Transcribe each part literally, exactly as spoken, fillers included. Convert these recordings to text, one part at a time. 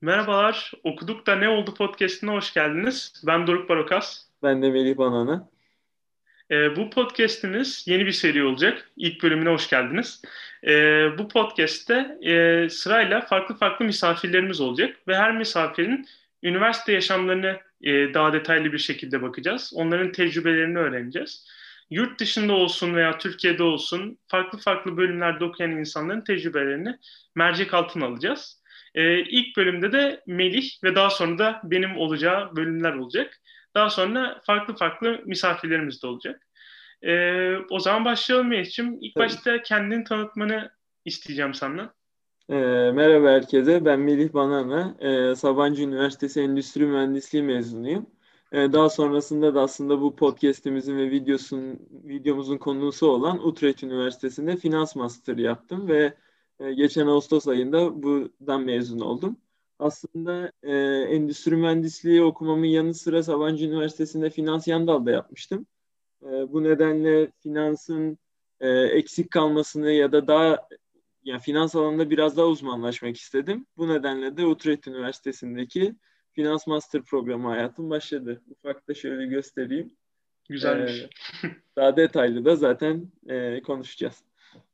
Merhabalar, Okuduk da Ne Oldu podcastine hoş geldiniz. Ben Doruk Barokas. Ben de Melih Banan'ı. Ee, bu podcastimiz yeni bir seri olacak. İlk bölümüne hoş geldiniz. Ee, bu podcast'te e, sırayla farklı farklı misafirlerimiz olacak ve her misafirin üniversite yaşamlarını e, daha detaylı bir şekilde bakacağız. Onların tecrübelerini öğreneceğiz. Yurt dışında olsun veya Türkiye'de olsun farklı farklı bölümlerde okuyan insanların tecrübelerini mercek altına alacağız. Ee, ilk bölümde de Melih ve daha sonra da benim olacağı bölümler olacak. Daha sonra farklı farklı misafirlerimiz de olacak. Ee, o zaman başlayalım Melih'ciğim. İlk Tabii ki. başta kendini tanıtmanı isteyeceğim senden. Ee, merhaba herkese. Ben Melih Banan'ı. Ee, Sabancı Üniversitesi Endüstri Mühendisliği mezunuyum. Ee, daha sonrasında da aslında bu podcast'imizin ve videosun, videomuzun konusu olan Utrecht Üniversitesi'nde Finans Master yaptım ve e, geçen Ağustos ayında buradan mezun oldum. Aslında e, endüstri mühendisliği okumamın yanı sıra Sabancı Üniversitesi'nde finans yan dalda yapmıştım. E, bu nedenle finansın e, eksik kalmasını ya da daha yani finans alanında biraz daha uzmanlaşmak istedim. Bu nedenle de Utrecht Üniversitesi'ndeki Finans Master programı hayatım başladı. Ufak da şöyle göstereyim. E, Güzelmiş. Daha detaylı da zaten e, konuşacağız.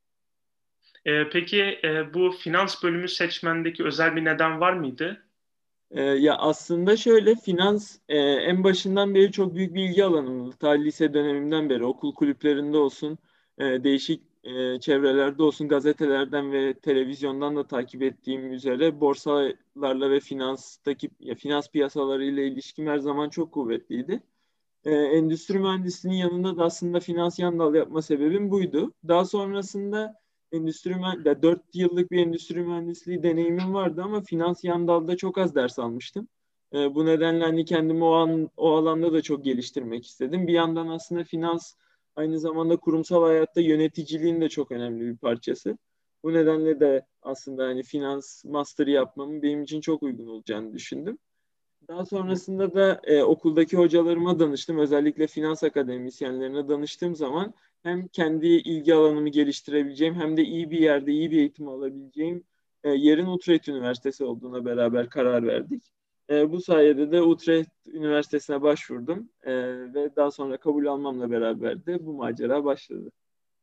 Ee, peki e, bu finans bölümü seçmendeki özel bir neden var mıydı? E, ya aslında şöyle finans e, en başından beri çok büyük bir ilgi alanımdı. Ta lise dönemimden beri okul kulüplerinde olsun, e, değişik e, çevrelerde olsun, gazetelerden ve televizyondan da takip ettiğim üzere borsalarla ve finanstaki ya, finans piyasalarıyla ilişkim her zaman çok kuvvetliydi. E, endüstri mühendisliğinin yanında da aslında finans yan dal yapma sebebim buydu. Daha sonrasında endüstri mühendisliği, dört yıllık bir endüstri mühendisliği deneyimim vardı ama finans yan dalda çok az ders almıştım. E, bu nedenle hani kendimi o an o alanda da çok geliştirmek istedim. Bir yandan aslında finans aynı zamanda kurumsal hayatta yöneticiliğin de çok önemli bir parçası. Bu nedenle de aslında hani finans master'ı yapmamın benim için çok uygun olacağını düşündüm. Daha sonrasında da e, okuldaki hocalarıma danıştım. Özellikle finans akademisyenlerine danıştığım zaman hem kendi ilgi alanımı geliştirebileceğim hem de iyi bir yerde iyi bir eğitim alabileceğim e, yerin Utrecht Üniversitesi olduğuna beraber karar verdik. E, bu sayede de Utrecht Üniversitesi'ne başvurdum E, ve daha sonra kabul almamla beraber de bu macera başladı.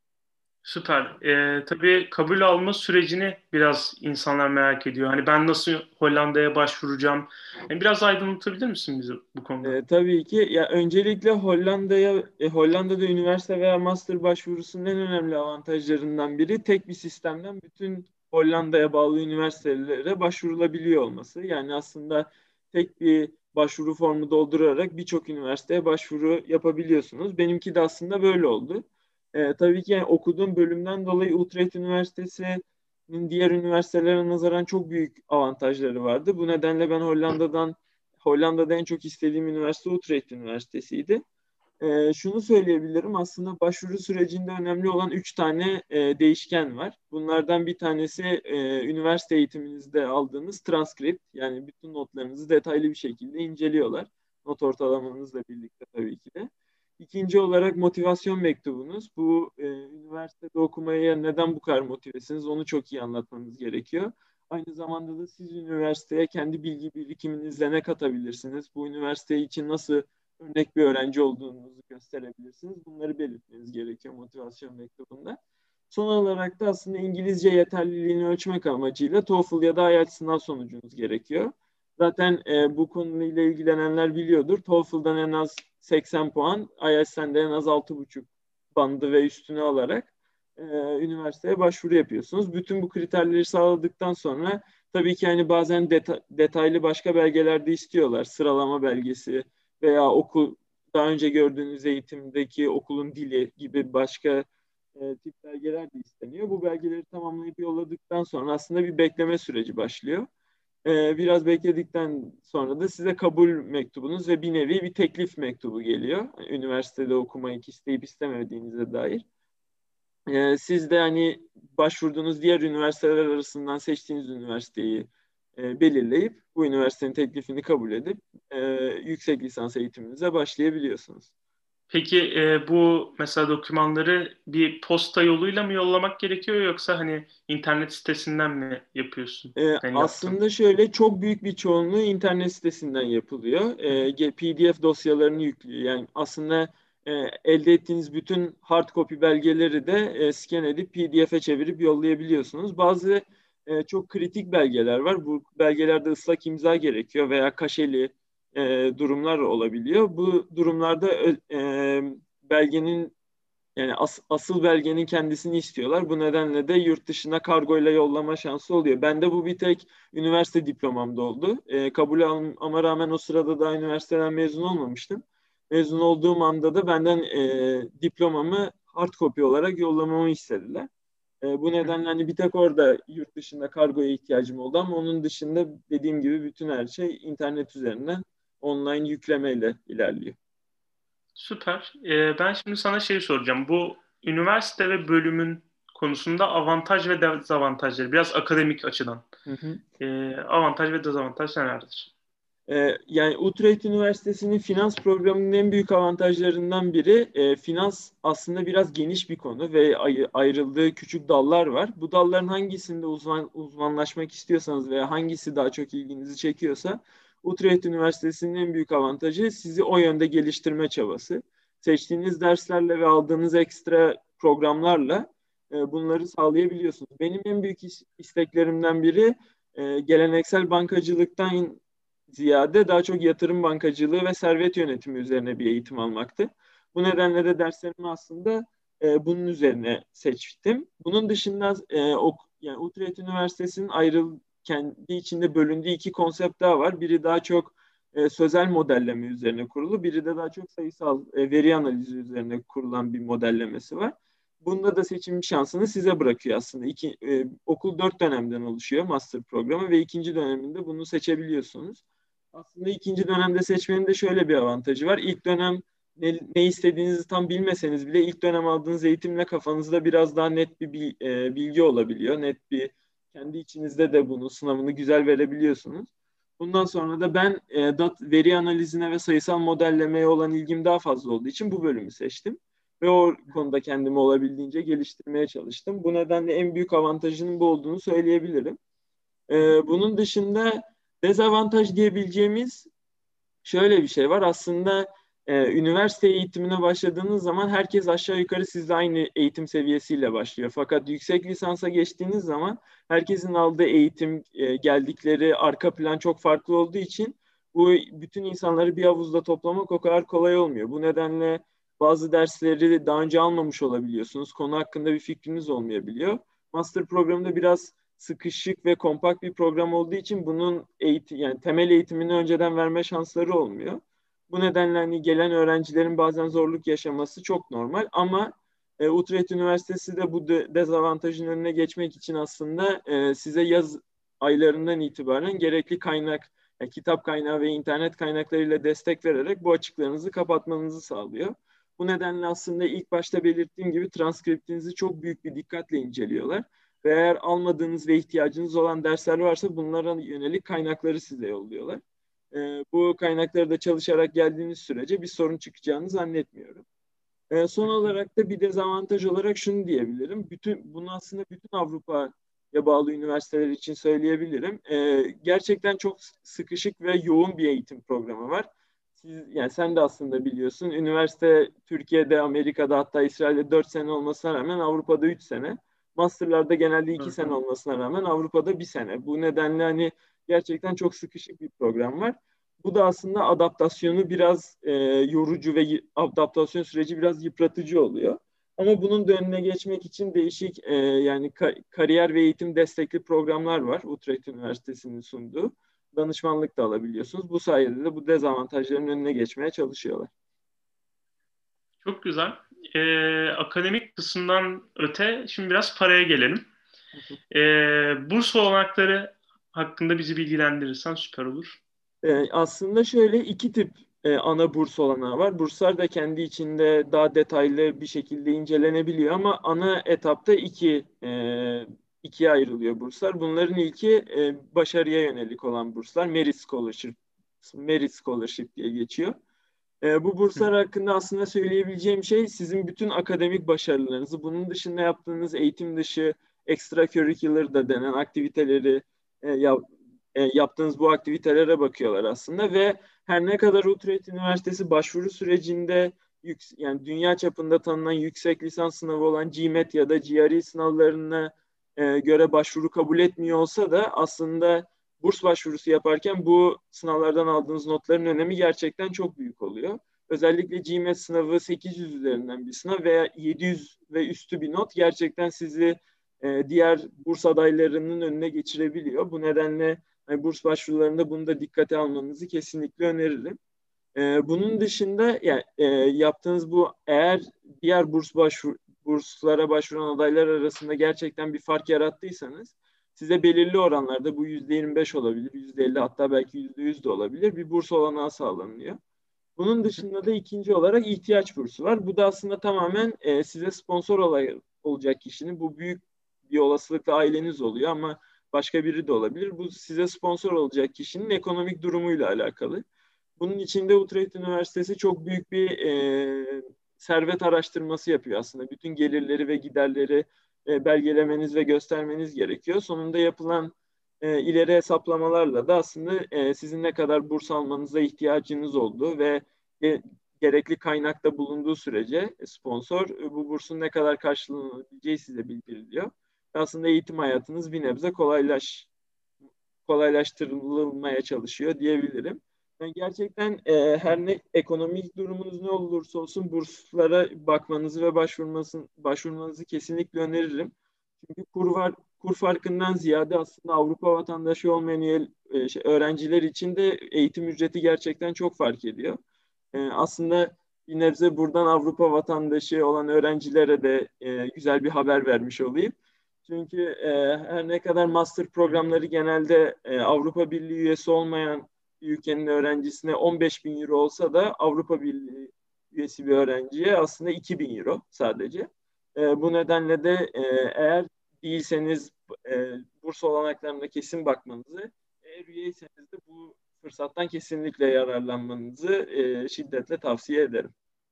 Süper. Ee, tabii kabul alma sürecini biraz insanlar merak ediyor. Hani ben nasıl Hollanda'ya başvuracağım? Yani biraz aydınlatabilir misin bizi bu konuda? E, tabii ki ya öncelikle Hollanda'ya e, Hollanda'da üniversite veya master başvurusunun en önemli avantajlarından biri tek bir sistemden bütün Hollanda'ya bağlı üniversitelere başvurulabiliyor olması. Yani aslında tek bir başvuru formu doldurarak birçok üniversiteye başvuru yapabiliyorsunuz. Benimki de aslında böyle oldu. E, tabii ki yani okuduğum bölümden dolayı Utrecht Üniversitesi'nin diğer üniversitelere nazaran çok büyük avantajları vardı. Bu nedenle ben Hollanda'dan Hollanda'da en çok istediğim üniversite Utrecht Üniversitesi'ydi. Ee, şunu söyleyebilirim aslında başvuru sürecinde önemli olan üç tane e, değişken var. Bunlardan bir tanesi e, üniversite eğitiminizde aldığınız transkript yani bütün notlarınızı detaylı bir şekilde inceliyorlar. Not ortalamanızla birlikte tabii ki de. İkinci olarak motivasyon mektubunuz. Bu e, üniversitede okumaya neden bu kadar motivesiniz onu çok iyi anlatmanız gerekiyor. Aynı zamanda da siz üniversiteye kendi bilgi birikiminizle ne katabilirsiniz? Bu üniversite için nasıl örnek bir öğrenci olduğunuzu gösterebilirsiniz. Bunları belirtmeniz gerekiyor motivasyon mektubunda. Son olarak da aslında İngilizce yeterliliğini ölçmek amacıyla TOEFL ya da IELTS sınav sonucunuz gerekiyor. Zaten e, bu konuyla ilgilenenler biliyordur. TOEFL'dan en az seksen puan, IELTS'ten de en az altı buçuk bandı ve üstünü alarak e, üniversiteye başvuru yapıyorsunuz. Bütün bu kriterleri sağladıktan sonra tabii ki hani bazen deta- detaylı başka belgeler de istiyorlar. Sıralama belgesi, veya okul daha önce gördüğünüz eğitimdeki okulun dili gibi başka e, tip belgeler de isteniyor. Bu belgeleri tamamlayıp yolladıktan sonra aslında bir bekleme süreci başlıyor. E, biraz bekledikten sonra da size kabul mektubunuz ve bir nevi bir teklif mektubu geliyor. Üniversitede okumayı isteyip istemediğinize dair. E, siz de hani başvurduğunuz diğer üniversiteler arasından seçtiğiniz üniversiteyi e, belirleyip bu üniversitenin teklifini kabul edip e, yüksek lisans eğitiminize başlayabiliyorsunuz. Peki e, bu mesela dokümanları bir posta yoluyla mı yollamak gerekiyor yoksa hani internet sitesinden mi yapıyorsun? Ee, Yani yaptın. aslında şöyle çok büyük bir çoğunluğu internet sitesinden yapılıyor. Ee, P D F dosyalarını yüklüyor. Yani aslında e, elde ettiğiniz bütün hard copy belgeleri de e, scan edip P D F'e çevirip yollayabiliyorsunuz. Bazı e, çok kritik belgeler var. Bu belgelerde ıslak imza gerekiyor veya kaşeli e, durumlar olabiliyor. Bu durumlarda e, belgenin yani as- asıl belgenin kendisini istiyorlar. Bu nedenle de yurt dışına kargoyla yollama şansı oluyor. Bende bu bir tek üniversite diplomamda oldu. E, kabul almama rağmen o sırada daha üniversiteden mezun olmamıştım. Mezun olduğum anda da benden e, diplomamı hard copy olarak yollamamı istediler. E, bu Hı hı. nedenle hani bir tek orada yurt dışında kargoya ihtiyacım oldu ama onun dışında dediğim gibi bütün her şey internet üzerinden online yüklemeyle ilerliyor. Süper. E, ben şimdi sana şey soracağım. Bu üniversite ve bölümün konusunda avantaj ve dezavantajları biraz akademik açıdan. Hı hı. E, avantaj ve dezavantaj nelerdir? Ee, yani Utrecht Üniversitesi'nin finans programının en büyük avantajlarından biri e, finans aslında biraz geniş bir konu ve ay- ayrıldığı küçük dallar var. Bu dalların hangisinde uzman, uzmanlaşmak istiyorsanız veya hangisi daha çok ilginizi çekiyorsa Utrecht Üniversitesi'nin en büyük avantajı sizi o yönde geliştirme çabası. Seçtiğiniz derslerle ve aldığınız ekstra programlarla e, bunları sağlayabiliyorsunuz. Benim en büyük is- isteklerimden biri e, geleneksel bankacılıktan ziyade daha çok yatırım bankacılığı ve servet yönetimi üzerine bir eğitim almaktı. Bu nedenle de derslerimi aslında e, bunun üzerine seçtim. Bunun dışında e, ok, yani Utrecht Üniversitesi'nin ayrıl kendi içinde bölündüğü iki konsept daha var. Biri daha çok e, sözel modelleme üzerine kurulu, biri de daha çok sayısal e, veri analizi üzerine kurulan bir modellemesi var. Bunda da seçim şansını size bırakıyor aslında. İki, e, okul dört dönemden oluşuyor master programı ve ikinci döneminde bunu seçebiliyorsunuz. Aslında ikinci dönemde seçmenin de şöyle bir avantajı var. İlk dönem ne, ne istediğinizi tam bilmeseniz bile ilk dönem aldığınız eğitimle kafanızda biraz daha net bir bil- e, bilgi olabiliyor. Net bir kendi içinizde de bunu sınavını güzel verebiliyorsunuz. Bundan sonra da ben e, dat, veri analizine ve sayısal modellemeye olan ilgim daha fazla olduğu için bu bölümü seçtim. Ve o konuda kendimi olabildiğince geliştirmeye çalıştım. Bu nedenle en büyük avantajının bu olduğunu söyleyebilirim. E, bunun dışında dezavantaj diyebileceğimiz şöyle bir şey var. Aslında e, üniversite eğitimine başladığınız zaman herkes aşağı yukarı sizle aynı eğitim seviyesiyle başlıyor. Fakat yüksek lisansa geçtiğiniz zaman herkesin aldığı eğitim, e, geldikleri arka plan çok farklı olduğu için bu bütün insanları bir havuzda toplamak o kadar kolay olmuyor. Bu nedenle bazı dersleri daha önce almamış olabiliyorsunuz. Konu hakkında bir fikriniz olmayabiliyor. Master programında biraz sıkışık ve kompakt bir program olduğu için bunun eğitim yani temel eğitimini önceden verme şansları olmuyor. Bu nedenle hani gelen öğrencilerin bazen zorluk yaşaması çok normal ama e, Utrecht Üniversitesi de bu de, dezavantajın önüne geçmek için aslında e, size yaz aylarından itibaren gerekli kaynak, yani kitap kaynağı ve internet kaynaklarıyla destek vererek bu açıklarınızı kapatmanızı sağlıyor. Bu nedenle aslında ilk başta belirttiğim gibi transkriptinizi çok büyük bir dikkatle inceliyorlar. Ve eğer almadığınız ve ihtiyacınız olan dersler varsa bunlara yönelik kaynakları size yolluyorlar. E, bu kaynakları da çalışarak geldiğiniz sürece bir sorun çıkacağını zannetmiyorum. E, son olarak da bir dezavantaj olarak şunu diyebilirim. Bütün bunu aslında bütün Avrupa'ya bağlı üniversiteler için söyleyebilirim. E, gerçekten çok sıkışık ve yoğun bir eğitim programı var. Siz, yani sen de aslında biliyorsun. Üniversite Türkiye'de, Amerika'da hatta İsrail'de dört sene olmasına rağmen Avrupa'da üç sene. Master'larda genelde iki Evet. sene olmasına rağmen Avrupa'da bir sene. Bu nedenle hani gerçekten çok sıkışık bir program var. Bu da aslında adaptasyonu biraz e, yorucu ve y- adaptasyon süreci biraz yıpratıcı oluyor. Ama bunun da önüne geçmek için değişik e, yani ka- kariyer ve eğitim destekli programlar var. Utrecht Üniversitesi'nin sunduğu. Danışmanlık da alabiliyorsunuz. Bu sayede de bu dezavantajların önüne geçmeye çalışıyorlar. Çok güzel. Ee, akademik kısımdan öte şimdi biraz paraya gelelim. Ee, burs olanakları hakkında bizi bilgilendirirsen süper olur. E, aslında şöyle iki tip e, ana burs olanağı var. Burslar da kendi içinde daha detaylı bir şekilde incelenebiliyor ama ana etapta iki e, ikiye ayrılıyor burslar. Bunların ilki e, başarıya yönelik olan burslar. Merit Scholarship, Merit Scholarship diye geçiyor. E, bu Hı. burslar hakkında aslında söyleyebileceğim şey sizin bütün akademik başarılarınızı, bunun dışında yaptığınız eğitim dışı extracurricular da denen aktiviteleri e, yap, e, yaptığınız bu aktivitelere bakıyorlar aslında ve her ne kadar Utrecht Üniversitesi başvuru sürecinde yük- yani dünya çapında tanınan yüksek lisans sınavı olan GMAT ya da G R E sınavlarına e, göre başvuru kabul etmiyor olsa da aslında burs başvurusu yaparken bu sınavlardan aldığınız notların önemi gerçekten çok büyük oluyor. Özellikle GMAT sınavı sekiz yüz üzerinden bir sınav veya yedi yüz ve üstü bir not gerçekten sizi e, diğer burs adaylarının önüne geçirebiliyor. Bu nedenle e, burs başvurularında bunu da dikkate almanızı kesinlikle öneririm. E, bunun dışında yani, e, yaptığınız bu eğer diğer burs başvur burslara başvuran adaylar arasında gerçekten bir fark yarattıysanız size belirli oranlarda bu yüzde yirmi beş olabilir, yüzde elli hatta belki yüzde yüz de olabilir bir burs olanağı sağlanıyor. Bunun dışında da ikinci olarak ihtiyaç bursu var. Bu da aslında tamamen e, size sponsor olay, olacak kişinin bu büyük bir olasılıkla aileniz oluyor ama başka biri de olabilir. Bu size sponsor olacak kişinin ekonomik durumuyla alakalı. Bunun içinde Utrecht Üniversitesi çok büyük bir e, servet araştırması yapıyor aslında. Bütün gelirleri ve giderleri e, belgelemeniz ve göstermeniz gerekiyor. Sonunda yapılan e, ileri hesaplamalarla da aslında e, sizin ne kadar burs almanıza ihtiyacınız olduğu ve e, gerekli kaynakta bulunduğu sürece sponsor e, bu bursun ne kadar karşılanabileceği size bildiriliyor. Aslında eğitim hayatınız bir nebze kolaylaş kolaylaştırılmaya çalışıyor diyebilirim. Yani gerçekten e, her ne ekonomik durumunuz ne olursa olsun burslara bakmanızı ve başvurmasın, başvurmanızı kesinlikle öneririm. Çünkü kur var, kur farkından ziyade aslında Avrupa vatandaşı olmayan e, şey, öğrenciler için de eğitim ücreti gerçekten çok fark ediyor. E, aslında bir nebze buradan Avrupa vatandaşı olan öğrencilere de e, güzel bir haber vermiş olayım. Çünkü e, her ne kadar master programları genelde e, Avrupa Birliği üyesi olmayan bir ülkenin öğrencisine on beş bin euro olsa da Avrupa Birliği üyesi bir öğrenciye aslında iki bin euro sadece. E, bu nedenle de e, eğer değilseniz e, burs olanaklarına kesin bakmanızı, eğer üyeyseniz de bu fırsattan kesinlikle yararlanmanızı e, şiddetle tavsiye ederim.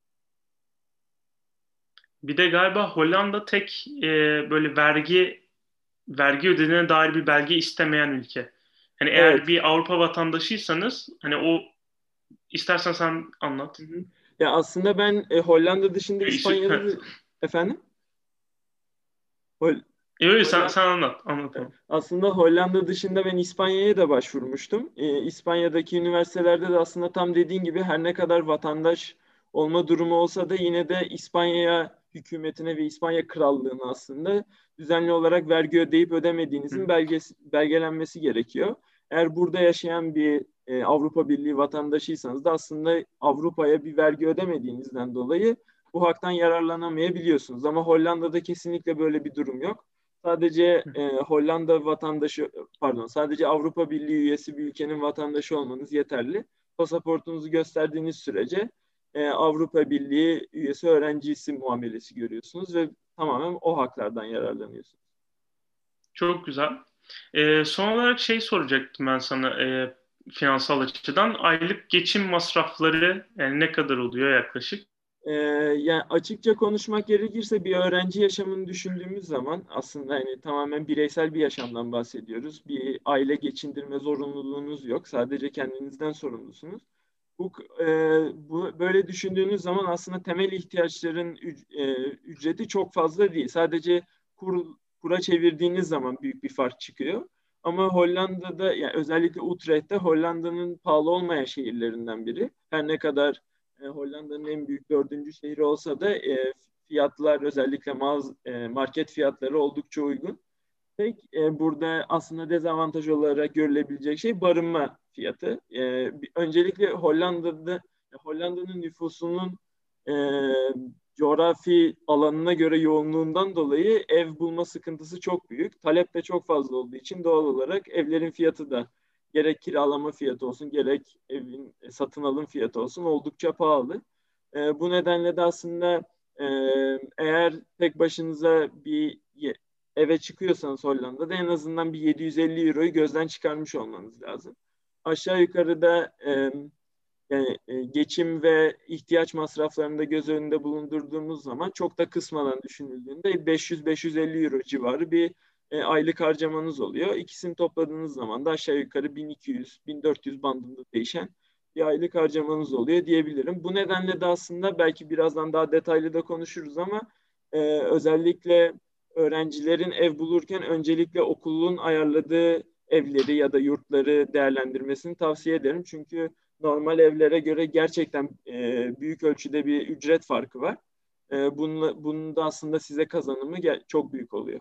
Bir de galiba Hollanda tek e, böyle vergi vergi ödediğine dair bir belge istemeyen ülke. Hani eğer Evet. bir Avrupa vatandaşıysanız hani o istersen sen Hı anlat. hı. Ya aslında ben e, Hollanda dışında E, isim- İspanya'da da... Efendim? Hol E, öyle sen, Hollanda sen anlat. Anlat tamam. Aslında Hollanda dışında ben İspanya'ya da başvurmuştum. Ee, İspanya'daki üniversitelerde de aslında tam dediğin gibi her ne kadar vatandaş olma durumu olsa da yine de İspanya hükümetine ve İspanya krallığına aslında düzenli olarak vergi ödeyip ödemediğinizin Hı. belgesi, belgelenmesi gerekiyor. Eğer burada yaşayan bir e, Avrupa Birliği vatandaşıysanız da aslında Avrupa'ya bir vergi ödemediğinizden dolayı bu haktan yararlanamayabiliyorsunuz. Ama Hollanda'da kesinlikle böyle bir durum yok. Sadece e, Hollanda vatandaşı, pardon, sadece Avrupa Birliği üyesi bir ülkenin vatandaşı olmanız yeterli. Pasaportunuzu gösterdiğiniz sürece e, Avrupa Birliği üyesi öğrencisi muamelesi görüyorsunuz ve tamamen o haklardan yararlanıyorsunuz. Çok güzel. E, son olarak şey soracaktım ben sana e, finansal açıdan. Aylık geçim masrafları yani ne kadar oluyor yaklaşık? Ee, Yani açıkça konuşmak gerekirse bir öğrenci yaşamını düşündüğümüz zaman aslında hani tamamen bireysel bir yaşamdan bahsediyoruz. Bir aile geçindirme zorunluluğunuz yok. Sadece kendinizden sorumlusunuz. Bu, e, bu böyle düşündüğünüz zaman aslında temel ihtiyaçların üc- e, ücreti çok fazla değil. Sadece kur, kura çevirdiğiniz zaman büyük bir fark çıkıyor. Ama Hollanda'da yani özellikle Utrecht'te Hollanda'nın pahalı olmayan şehirlerinden biri. Her ne kadar e, Hollanda'nın en büyük dördüncü şehri olsa da e, fiyatlar özellikle mağaz, e, market fiyatları oldukça uygun. Tek e, burada aslında dezavantaj olarak görülebilecek şey barınma fiyatı. E, öncelikle Hollanda'da Hollanda'nın nüfusunun e, coğrafi alanına göre yoğunluğundan dolayı ev bulma sıkıntısı çok büyük. Talep de çok fazla olduğu için doğal olarak evlerin fiyatı da gerek kiralama fiyatı olsun gerek evin satın alım fiyatı olsun oldukça pahalı. E, bu nedenle de aslında e, eğer tek başınıza bir eve çıkıyorsanız Hollanda'da en azından bir yedi yüz elli euroyu gözden çıkarmış olmanız lazım. Aşağı yukarı da e, Yani e, geçim ve ihtiyaç masraflarını da göz önünde bulundurduğumuz zaman çok da kısmadan düşünüldüğünde beş yüz beş yüz elli euro civarı bir e, aylık harcamanız oluyor. İkisini topladığınız zaman da aşağı yukarı bin iki yüz bin dört yüz bandında değişen bir aylık harcamanız oluyor diyebilirim. Bu nedenle de aslında belki birazdan daha detaylı da konuşuruz ama e, özellikle öğrencilerin ev bulurken öncelikle okulun ayarladığı evleri ya da yurtları değerlendirmesini tavsiye ederim. Çünkü normal evlere göre gerçekten e, büyük ölçüde bir ücret farkı var. E, bunun, bunun da aslında size kazanımı gel- çok büyük oluyor.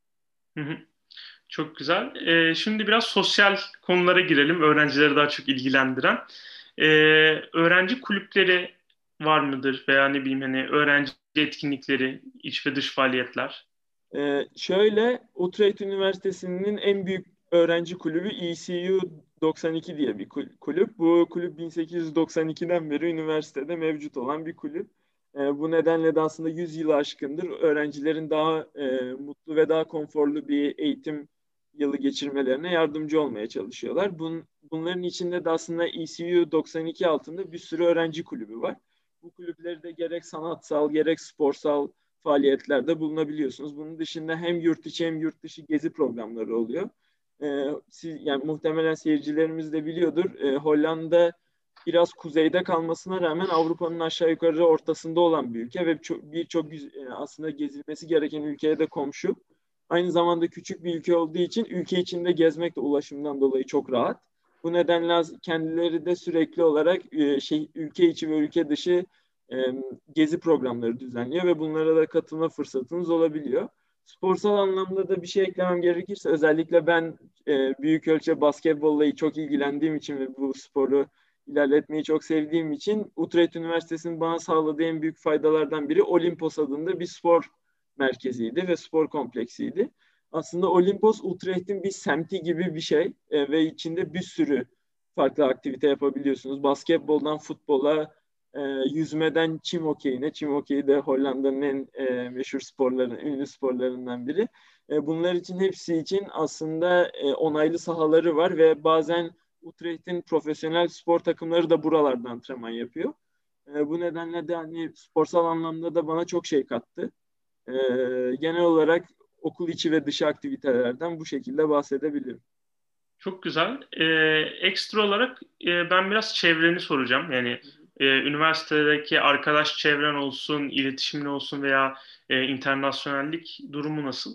Hı hı. Çok güzel. Ee, şimdi biraz sosyal konulara girelim. Öğrencileri daha çok ilgilendiren. Ee, Öğrenci kulüpleri var mıdır? Veya ne bileyim hani öğrenci etkinlikleri, iç ve dış faaliyetler. E, şöyle, Utrecht Üniversitesi'nin en büyük öğrenci kulübü E C U doksan iki diye bir kulüp. Bu kulüp bin sekiz yüz doksan ikiden beri üniversitede mevcut olan bir kulüp. E, bu nedenle de aslında yüz yılı aşkındır öğrencilerin daha e, mutlu ve daha konforlu bir eğitim yılı geçirmelerine yardımcı olmaya çalışıyorlar. Bun, bunların içinde de aslında E C U doksan iki altında bir sürü öğrenci kulübü var. Bu kulüpleri de gerek sanatsal gerek sporsal faaliyetlerde bulunabiliyorsunuz. Bunun dışında hem yurt içi hem yurt dışı gezi programları oluyor. Ee, siz, yani muhtemelen seyircilerimiz de biliyordur. Ee, Hollanda biraz kuzeyde kalmasına rağmen Avrupa'nın aşağı yukarı ortasında olan bir ülke ve birçok e, aslında gezilmesi gereken ülkeye de komşu. Aynı zamanda küçük bir ülke olduğu için ülke içinde gezmek de ulaşımdan dolayı çok rahat. Bu nedenle kendileri de sürekli olarak e, şey ülke içi ve ülke dışı e, gezi programları düzenliyor ve bunlara da katılma fırsatınız olabiliyor. Sporsal anlamda da bir şey eklemem gerekirse özellikle ben e, büyük ölçüde basketbolla çok ilgilendiğim için ve bu sporu ilerletmeyi çok sevdiğim için Utrecht Üniversitesi'nin bana sağladığı en büyük faydalardan biri Olimpos adında bir spor merkeziydi ve spor kompleksiydi. Aslında Olimpos Utrecht'in bir semti gibi bir şey e, ve içinde bir sürü farklı aktivite yapabiliyorsunuz. Basketboldan futbola, e, yüzmeden çim okeyine. Çim okeyi de Hollanda'nın en e, meşhur sporların, ünlü sporlarından biri. E, bunlar için hepsi için aslında e, onaylı sahaları var ve bazen Utrecht'in profesyonel spor takımları da buralarda antrenman yapıyor. E, bu nedenle de hani sporsal anlamda da bana çok şey kattı. E, genel olarak okul içi ve dışı aktivitelerden bu şekilde bahsedebilirim. Çok güzel. Ee, ekstra olarak e, ben biraz çevreni soracağım. Yani e, üniversitedeki arkadaş çevren olsun, iletişimin olsun veya e, internasyonellik durumu nasıl?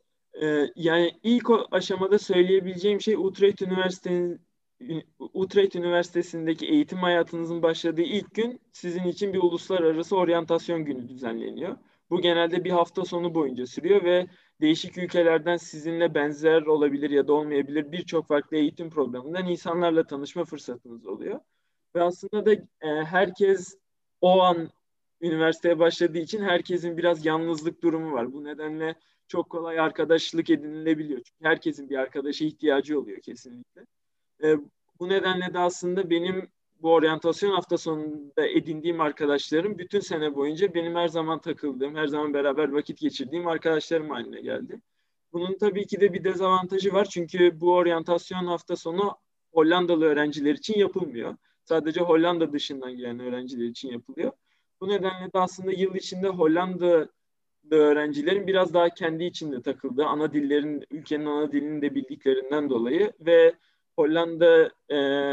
Ee, yani ilk o aşamada söyleyebileceğim şey Utrecht Üniversitesi'nin Utrecht Üniversitesi'ndeki eğitim hayatınızın başladığı ilk gün sizin için bir uluslararası oryantasyon günü düzenleniyor. Bu genelde bir hafta sonu boyunca sürüyor ve değişik ülkelerden sizinle benzer olabilir ya da olmayabilir birçok farklı eğitim programından insanlarla tanışma fırsatınız oluyor. Ve aslında da e, herkes o an üniversiteye başladığı için herkesin biraz yalnızlık durumu var. Bu nedenle çok kolay arkadaşlık edinilebiliyor. Çünkü herkesin bir arkadaşa ihtiyacı oluyor kesinlikle. E, bu nedenle de aslında benim bu oryantasyon hafta sonunda edindiğim arkadaşlarım bütün sene boyunca benim her zaman takıldığım, her zaman beraber vakit geçirdiğim arkadaşlarım haline geldi. Bunun tabii ki de bir dezavantajı var. Çünkü bu oryantasyon hafta sonu Hollandalı öğrenciler için yapılmıyor. Sadece Hollanda dışından gelen öğrenciler için yapılıyor. Bu nedenle de aslında yıl içinde Hollanda öğrencilerin biraz daha kendi içinde takıldığı ana dillerin, ülkenin ana dilini de bildiklerinden dolayı ve Hollanda e,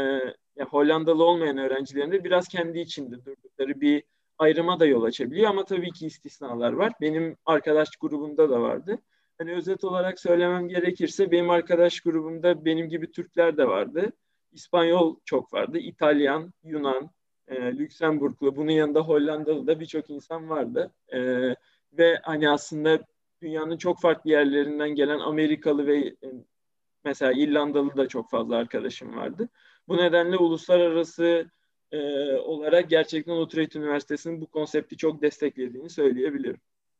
ya Hollandalı olmayan öğrencilerin de biraz kendi içinde durdukları bir ayrıma da yol açabiliyor ama tabii ki istisnalar var. Benim arkadaş grubumda da vardı. Hani özet olarak söylemem gerekirse benim arkadaş grubumda benim gibi Türkler de vardı. İspanyol çok vardı. İtalyan, Yunan, e, Lüksemburglu, bunun yanında Hollandalı da birçok insan vardı. E, ve hani aslında dünyanın çok farklı yerlerinden gelen Amerikalı ve e, mesela İrlandalı da çok fazla arkadaşım vardı. Bu nedenle uluslararası e, olarak gerçekten Utrecht Üniversitesi'nin bu konsepti çok desteklediğini söyleyebilirim.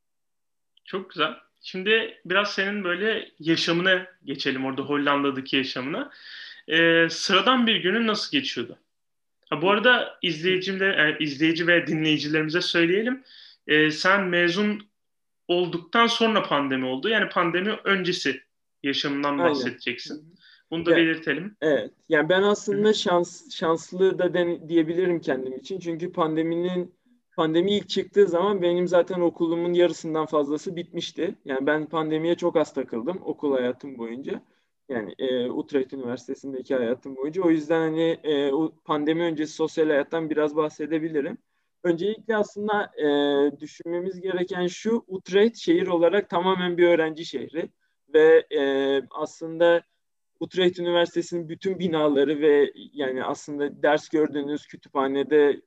Çok güzel. Şimdi biraz senin böyle yaşamına geçelim, orada Hollanda'daki yaşamına. Ee, sıradan bir günün nasıl geçiyordu? Ha, bu arada izleyicimle, e, izleyici ve dinleyicilerimize söyleyelim. Ee, sen mezun olduktan sonra pandemi oldu. Yani pandemi öncesi yaşamından Aynen. bahsedeceksin. Bunu da Ya, belirtelim. evet. Yani ben Hı hı. aslında şans şanslı da den- diyebilirim kendim için. Çünkü pandeminin pandemi ilk çıktığı zaman benim zaten okulumun yarısından fazlası bitmişti. Yani ben pandemiye çok az takıldım okul hayatım boyunca. Yani e, Utrecht Üniversitesi'ndeki hayatım boyunca. O yüzden hani e, o pandemi öncesi sosyal hayattan biraz bahsedebilirim. Öncelikle aslında e, düşünmemiz gereken şu: Utrecht şehir olarak tamamen bir öğrenci şehri ve e, aslında Utrecht Üniversitesi'nin bütün binaları ve yani aslında ders gördüğünüz kütüphanede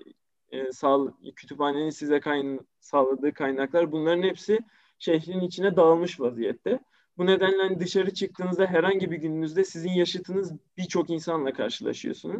e, sağ, kütüphanenin size kayn sağladığı kaynaklar, bunların hepsi şehrin içine dağılmış vaziyette. Bu nedenle hani dışarı çıktığınızda herhangi bir gününüzde sizin yaşıtınız birçok insanla karşılaşıyorsunuz.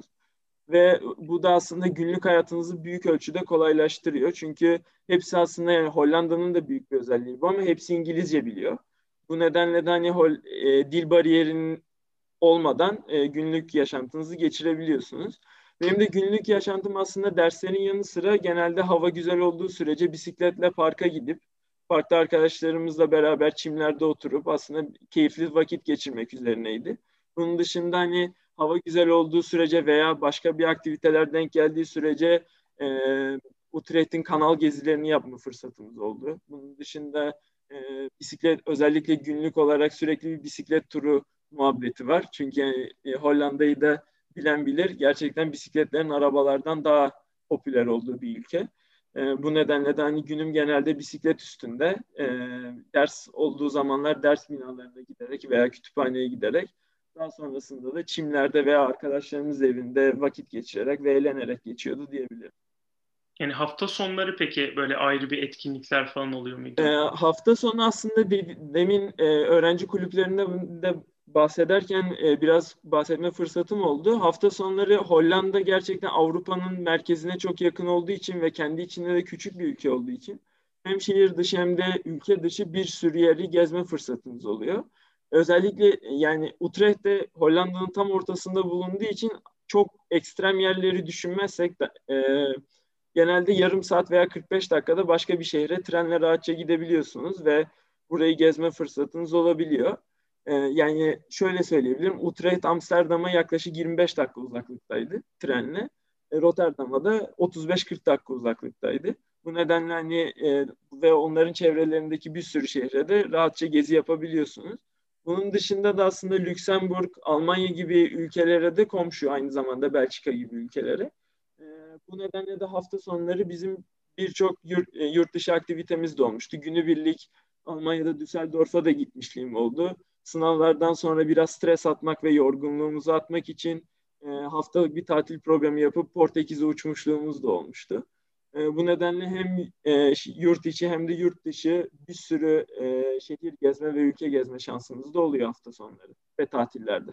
Ve bu da aslında günlük hayatınızı büyük ölçüde kolaylaştırıyor. Çünkü hepsi aslında, yani Hollanda'nın da büyük bir özelliği bu, ama hepsi İngilizce biliyor. Bu nedenle de hani hol, e, dil bariyerinin olmadan e, günlük yaşantınızı geçirebiliyorsunuz. Benim de günlük yaşantım aslında derslerin yanı sıra genelde hava güzel olduğu sürece bisikletle parka gidip parkta arkadaşlarımızla beraber çimlerde oturup aslında keyifli vakit geçirmek üzerineydi. Bunun dışında hani hava güzel olduğu sürece veya başka bir aktiviteler denk geldiği sürece e, Utrecht'in kanal gezilerini yapma fırsatımız oldu. Bunun dışında e, bisiklet, özellikle günlük olarak sürekli bir bisiklet turu muhabbeti var. Çünkü yani, e, Hollanda'yı da bilen bilir. Gerçekten bisikletlerin arabalardan daha popüler olduğu bir ülke. E, bu nedenle de hani günüm genelde bisiklet üstünde. E, ders olduğu zamanlar ders binalarına giderek veya kütüphaneye giderek, daha sonrasında da çimlerde veya arkadaşlarımız evinde vakit geçirerek ve eğlenerek geçiyordu diyebilirim. Yani hafta sonları peki böyle ayrı bir etkinlikler falan oluyor E, muydu? hafta sonu aslında de, demin e, öğrenci kulüplerinde de bahsederken e, biraz bahsetme fırsatım oldu. Hafta sonları Hollanda gerçekten Avrupa'nın merkezine çok yakın olduğu için ve kendi içinde de küçük bir ülke olduğu için hem şehir dışı hem de ülke dışı bir sürü yeri gezme fırsatınız oluyor. Özellikle e, yani Utrecht'te Hollanda'nın tam ortasında bulunduğu için çok ekstrem yerleri düşünmezsek de, e, genelde yarım saat veya kırk beş dakikada başka bir şehre trenle rahatça gidebiliyorsunuz ve burayı gezme fırsatınız olabiliyor. Ee, yani şöyle söyleyebilirim: Utrecht Amsterdam'a yaklaşık yirmi beş dakika uzaklıktaydı trenle. E, Rotterdam'a da otuz beş kırk dakika uzaklıktaydı. Bu nedenle hani e, ve onların çevrelerindeki bir sürü şehre de rahatça gezi yapabiliyorsunuz. Bunun dışında da aslında Lüksemburg, Almanya gibi ülkelere de komşu, aynı zamanda Belçika gibi ülkelere. E, bu nedenle de hafta sonları bizim birçok yurt, e, yurt dışı aktivitemiz de olmuştu. Günübirlik Almanya'da Düsseldorf'a da gitmişliğim oldu. Sınavlardan sonra biraz stres atmak ve yorgunluğumuzu atmak için e, haftalık bir tatil programı yapıp Portekiz'e uçmuşluğumuz da olmuştu. E, bu nedenle hem e, yurt içi hem de yurt dışı bir sürü e, şehir gezme ve ülke gezme şansımız da oluyor hafta sonları ve tatillerde.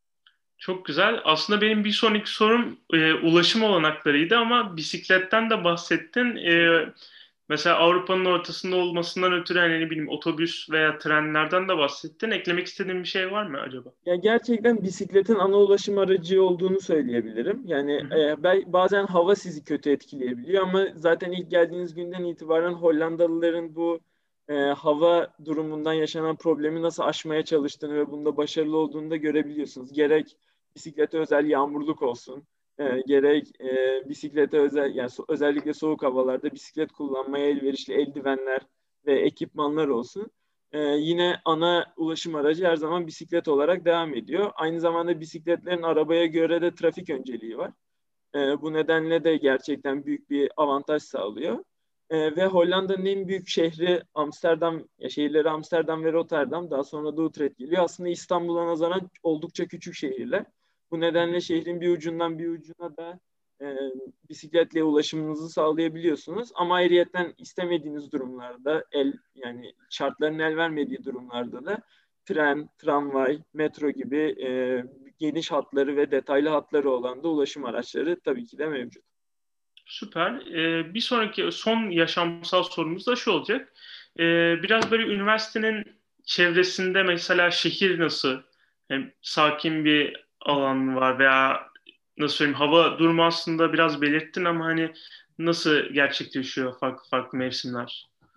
Çok güzel. Aslında benim bir sonraki sorum e, ulaşım olanaklarıydı ama bisikletten de bahsettin. E, mesela Avrupa'nın ortasında olmasından ötürü hani ne bileyim otobüs veya trenlerden de bahsettin. Eklemek istediğin bir şey var mı acaba? Ya gerçekten bisikletin ana ulaşım aracı olduğunu söyleyebilirim. Yani Hı hı. e, ben, bazen hava sizi kötü etkileyebiliyor, ama zaten ilk geldiğiniz günden itibaren Hollandalıların bu e, hava durumundan yaşanan problemi nasıl aşmaya çalıştığını ve bunda başarılı olduğunu da görebiliyorsunuz. Gerek bisiklete özel yağmurluk olsun, e, gerek e, bisiklete özel, yani so- özellikle soğuk havalarda bisiklet kullanmaya elverişli eldivenler ve ekipmanlar olsun. Ee, yine ana ulaşım aracı her zaman bisiklet olarak devam ediyor. Aynı zamanda bisikletlerin arabaya göre de trafik önceliği var. Ee, bu nedenle de gerçekten büyük bir avantaj sağlıyor. Ee, ve Hollanda'nın en büyük şehri Amsterdam, ya şehirleri Amsterdam ve Rotterdam, daha sonra da Utrecht geliyor. Aslında İstanbul'a nazaran oldukça küçük şehirler. Bu nedenle şehrin bir ucundan bir ucuna da e, bisikletle ulaşımınızı sağlayabiliyorsunuz. Ama ayrıyeten istemediğiniz durumlarda, el yani şartların el vermediği durumlarda da tren, tramvay, metro gibi e, geniş hatları ve detaylı hatları olan da ulaşım araçları tabii ki de mevcut. Süper. E, bir sonraki son yaşamsal sorumuz da şu olacak. E, biraz böyle üniversitenin çevresinde mesela şehir nasıl? Hem sakin bir alan var veya nasıl söyleyeyim hava durumu aslında biraz belirttin ama hani nasıl gerçekleşiyor farklı farklı mevsimler?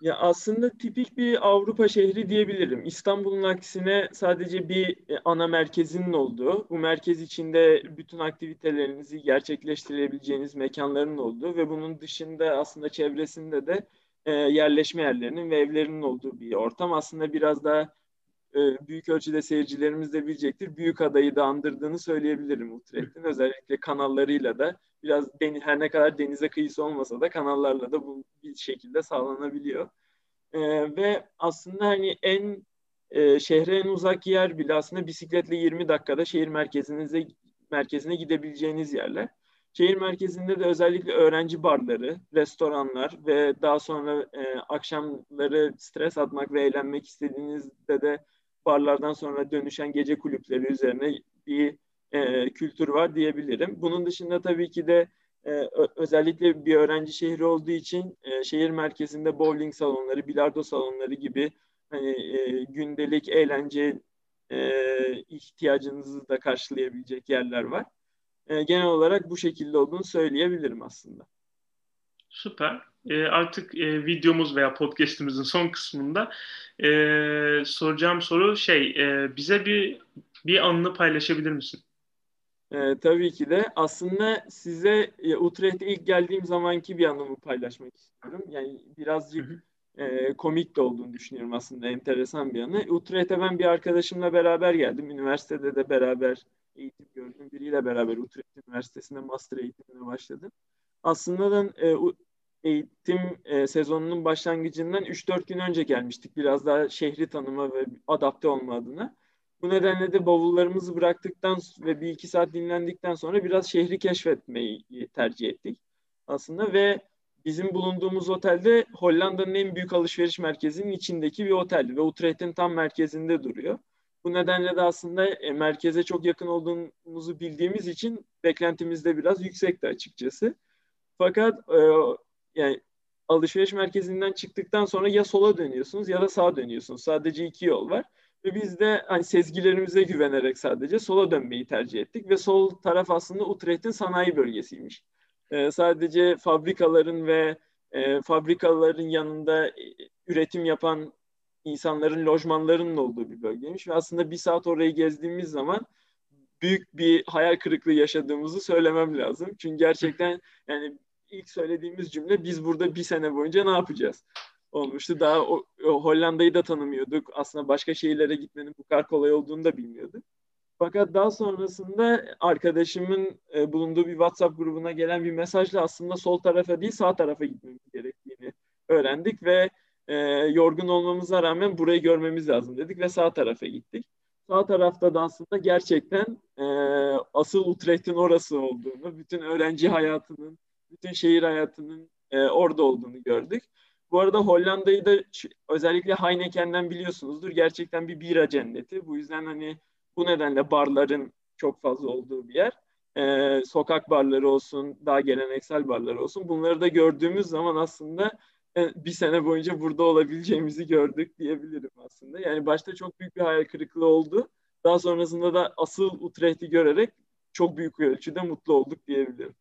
Ya aslında tipik bir Avrupa şehri diyebilirim. İstanbul'un aksine sadece bir e, ana merkezinin olduğu, bu merkez içinde bütün aktivitelerinizi gerçekleştirebileceğiniz mekanların olduğu ve bunun dışında aslında çevresinde de e, yerleşme yerlerinin ve evlerinin olduğu bir ortam. Aslında biraz daha e, büyük ölçüde seyircilerimiz de bilecektir. Büyükada'yı da andırdığını söyleyebilirim Utrecht'in. Özellikle kanallarıyla da biraz deni, her ne kadar denize kıyısı olmasa da kanallarla da bu bir şekilde sağlanabiliyor. E, ve aslında hani en e, şehre en uzak yer bile aslında bisikletle yirmi dakikada şehir merkezinize merkezine gidebileceğiniz yerler. Şehir merkezinde de özellikle öğrenci barları, restoranlar ve daha sonra e, akşamları stres atmak ve eğlenmek istediğinizde de barlardan sonra dönüşen gece kulüpleri üzerine bir e, kültür var diyebilirim. Bunun dışında tabii ki de ee, özellikle bir öğrenci şehri olduğu için e, şehir merkezinde bowling salonları, bilardo salonları gibi hani e, gündelik eğlence e, ihtiyacınızı da karşılayabilecek yerler var. E, genel olarak bu şekilde olduğunu söyleyebilirim aslında. Süper. E, artık e, videomuz veya podcast'imizin son kısmında e, soracağım soru şey, e, bize bir bir anını paylaşabilir misin? E, tabii ki de aslında size e, Utrecht'e ilk geldiğim zamanki bir anımı paylaşmak istiyorum. Yani Hı birazcık hı. e, komik de olduğunu düşünüyorum aslında, enteresan bir anı. Utrecht'e ben bir arkadaşımla beraber geldim. Üniversitede de beraber eğitim gördüm. Biriyle beraber Utrecht Üniversitesi'nde master eğitimine başladım. Aslında da e, eğitim e, sezonunun başlangıcından üç dört gün önce gelmiştik. Biraz daha şehri tanıma ve adapte olma adına. Bu nedenle de bavullarımızı bıraktıktan ve bir iki saat dinlendikten sonra biraz şehri keşfetmeyi tercih ettik aslında ve bizim bulunduğumuz otelde Hollanda'nın en büyük alışveriş merkezinin içindeki bir oteldi ve Utrecht'in tam merkezinde duruyor. Bu nedenle de aslında e, merkeze çok yakın olduğumuzu bildiğimiz için beklentimiz de biraz yüksekti açıkçası. Fakat e, yani alışveriş merkezinden çıktıktan sonra ya sola dönüyorsunuz ya da sağa dönüyorsunuz. Sadece iki yol var. Ve biz de hani sezgilerimize güvenerek sadece sola dönmeyi tercih ettik. Ve sol taraf aslında Utrecht'in sanayi bölgesiymiş. E, sadece fabrikaların ve e, fabrikaların yanında e, üretim yapan insanların, lojmanlarının olduğu bir bölgeymiş. Ve aslında bir saat orayı gezdiğimiz zaman büyük bir hayal kırıklığı yaşadığımızı söylemem lazım. Çünkü gerçekten yani ilk söylediğimiz cümle biz burada bir sene boyunca ne yapacağız olmuştu. Daha o, o Hollanda'yı da tanımıyorduk. Aslında başka şehirlere gitmenin bu kadar kolay olduğunu da bilmiyorduk. Fakat daha sonrasında arkadaşımın e, bulunduğu bir WhatsApp grubuna gelen bir mesajla aslında sol tarafa değil sağ tarafa gitmemiz gerektiğini öğrendik ve e, yorgun olmamıza rağmen burayı görmemiz lazım dedik ve sağ tarafa gittik. Sağ tarafta da aslında gerçekten e, asıl Utrecht'in orası olduğunu, bütün öğrenci hayatının, bütün şehir hayatının e, orada olduğunu gördük. Bu arada Hollanda'yı da özellikle Heineken'den biliyorsunuzdur. Gerçekten bir bira cenneti. Bu yüzden hani bu nedenle barların çok fazla olduğu bir yer. Ee, sokak barları olsun, daha geleneksel barlar olsun. Bunları da gördüğümüz zaman aslında e, bir sene boyunca burada olabileceğimizi gördük diyebilirim aslında. Yani başta çok büyük bir hayal kırıklığı oldu. Daha sonrasında da asıl Utrecht'i görerek çok büyük bir ölçüde mutlu olduk diyebilirim.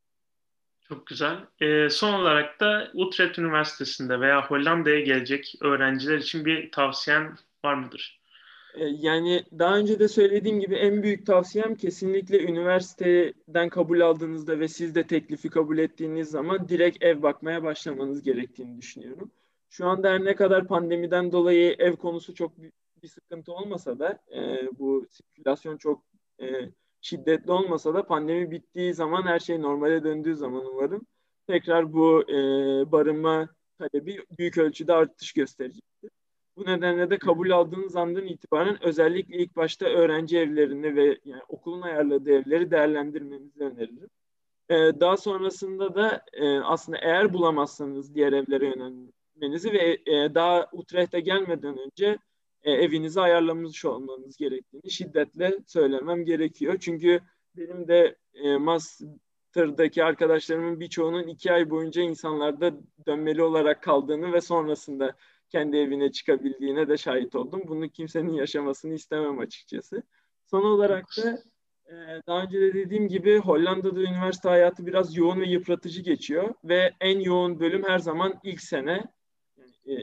Çok güzel. E, son olarak da Utrecht Üniversitesi'nde veya Hollanda'ya gelecek öğrenciler için bir tavsiyen var mıdır? E, Yani daha önce de söylediğim gibi en büyük tavsiyem kesinlikle üniversiteden kabul aldığınızda ve siz de teklifi kabul ettiğiniz zaman direkt ev bakmaya başlamanız gerektiğini düşünüyorum. Şu anda her ne kadar pandemiden dolayı ev konusu çok büyük bir sıkıntı olmasa da e, bu sirkülasyon çok e, şiddetli olmasa da pandemi bittiği zaman her şey normale döndüğü zaman umarım tekrar bu e, barınma talebi büyük ölçüde artış gösterecek. Bu nedenle de kabul aldığınız andan itibaren özellikle ilk başta öğrenci evlerini ve yani okulun ayarladığı evleri değerlendirmenizi öneririm. Ee, daha sonrasında da e, aslında eğer bulamazsanız diğer evlere yönelmenizi ve e, daha Utrecht'e gelmeden önce e, evinizi ayarlamış olmanız gerektiğini şiddetle söylemem gerekiyor. Çünkü benim de e, master'daki arkadaşlarımın birçoğunun iki ay boyunca insanlarda dönmeli olarak kaldığını ve sonrasında kendi evine çıkabildiğine de şahit oldum. Bunu kimsenin yaşamasını istemem açıkçası. Son olarak da ee, daha önce de dediğim gibi Hollanda'da üniversite hayatı biraz yoğun ve yıpratıcı geçiyor ve en yoğun bölüm her zaman ilk sene. Yani, e, e,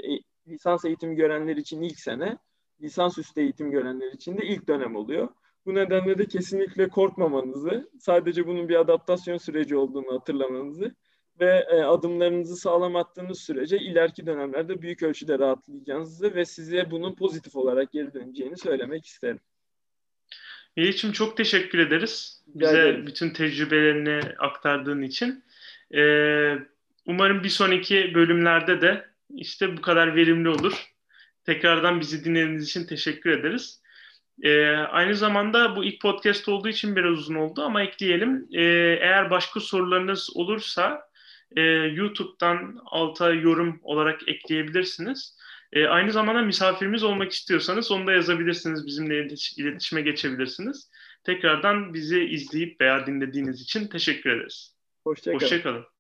lisans eğitimi görenler için ilk sene, lisansüstü eğitim görenler için de ilk dönem oluyor. Bu nedenle de kesinlikle korkmamanızı, sadece bunun bir adaptasyon süreci olduğunu hatırlamanızı ve e, adımlarınızı sağlam attığınız sürece ileriki dönemlerde büyük ölçüde rahatlayacağınızı ve size bunun pozitif olarak geri döneceğini söylemek isterim. Melih'ciğim çok teşekkür ederiz. Rica Bize ederim. bütün tecrübelerini aktardığın için. Ee, umarım bir sonraki bölümlerde de işte bu kadar verimli olur. Tekrardan bizi dinlediğiniz için teşekkür ederiz. Ee, aynı zamanda bu ilk podcast olduğu için biraz uzun oldu ama ekleyelim. Ee, eğer başka sorularınız olursa e, YouTube'dan alta yorum olarak ekleyebilirsiniz. Ee, aynı zamanda misafirimiz olmak istiyorsanız onu da yazabilirsiniz. Bizimle iletiş- iletişime geçebilirsiniz. Tekrardan bizi izleyip veya dinlediğiniz için teşekkür ederiz. Hoşça kalın. Hoşça kalın.